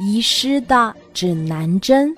遗失的指南针。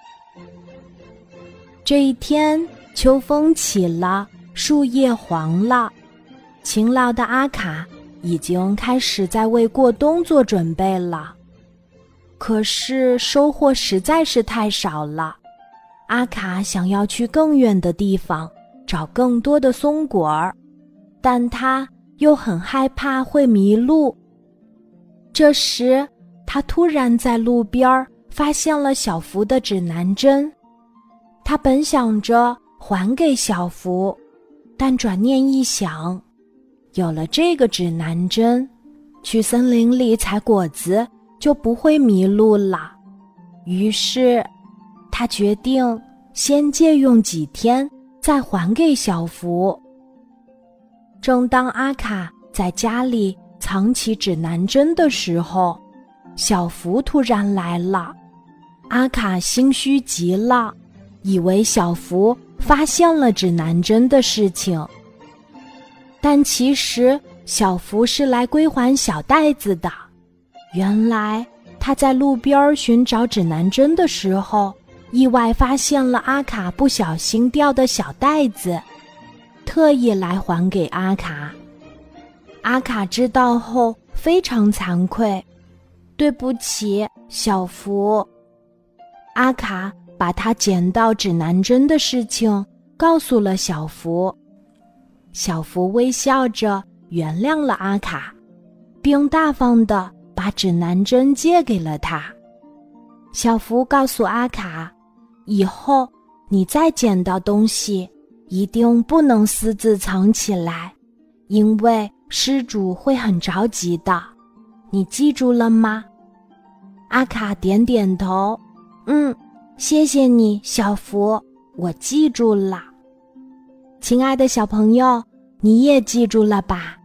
这一天，秋风起了，树叶黄了，勤劳的阿卡已经开始在为过冬做准备了。可是收获实在是太少了，阿卡想要去更远的地方找更多的松果儿，但他又很害怕会迷路。这时，他突然在路边发现了小福的指南针。他本想着还给小福，但转念一想，有了这个指南针，去森林里采果子就不会迷路了。于是他决定先借用几天，再还给小福。正当阿卡在家里藏起指南针的时候，小福突然来了。阿卡心虚极了，以为小福发现了指南针的事情，但其实小福是来归还小袋子的。原来他在路边寻找指南针的时候，意外发现了阿卡不小心掉的小袋子，特意来还给阿卡。阿卡知道后非常惭愧，对不起，小福。阿卡把他捡到指南针的事情告诉了小福。小福微笑着原谅了阿卡，并大方地把指南针借给了他。小福告诉阿卡，以后你再捡到东西，一定不能私自藏起来，因为失主会很着急的。你记住了吗？阿卡点点头，谢谢你，小福，我记住了。亲爱的小朋友，你也记住了吧？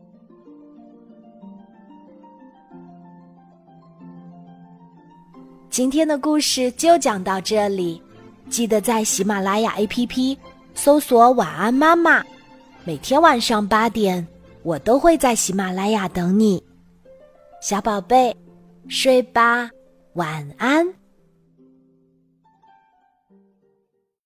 今天的故事就讲到这里，记得在喜马拉雅 APP 搜索晚安妈妈，每天晚上8点，我都会在喜马拉雅等你。小宝贝，睡吧，晚安。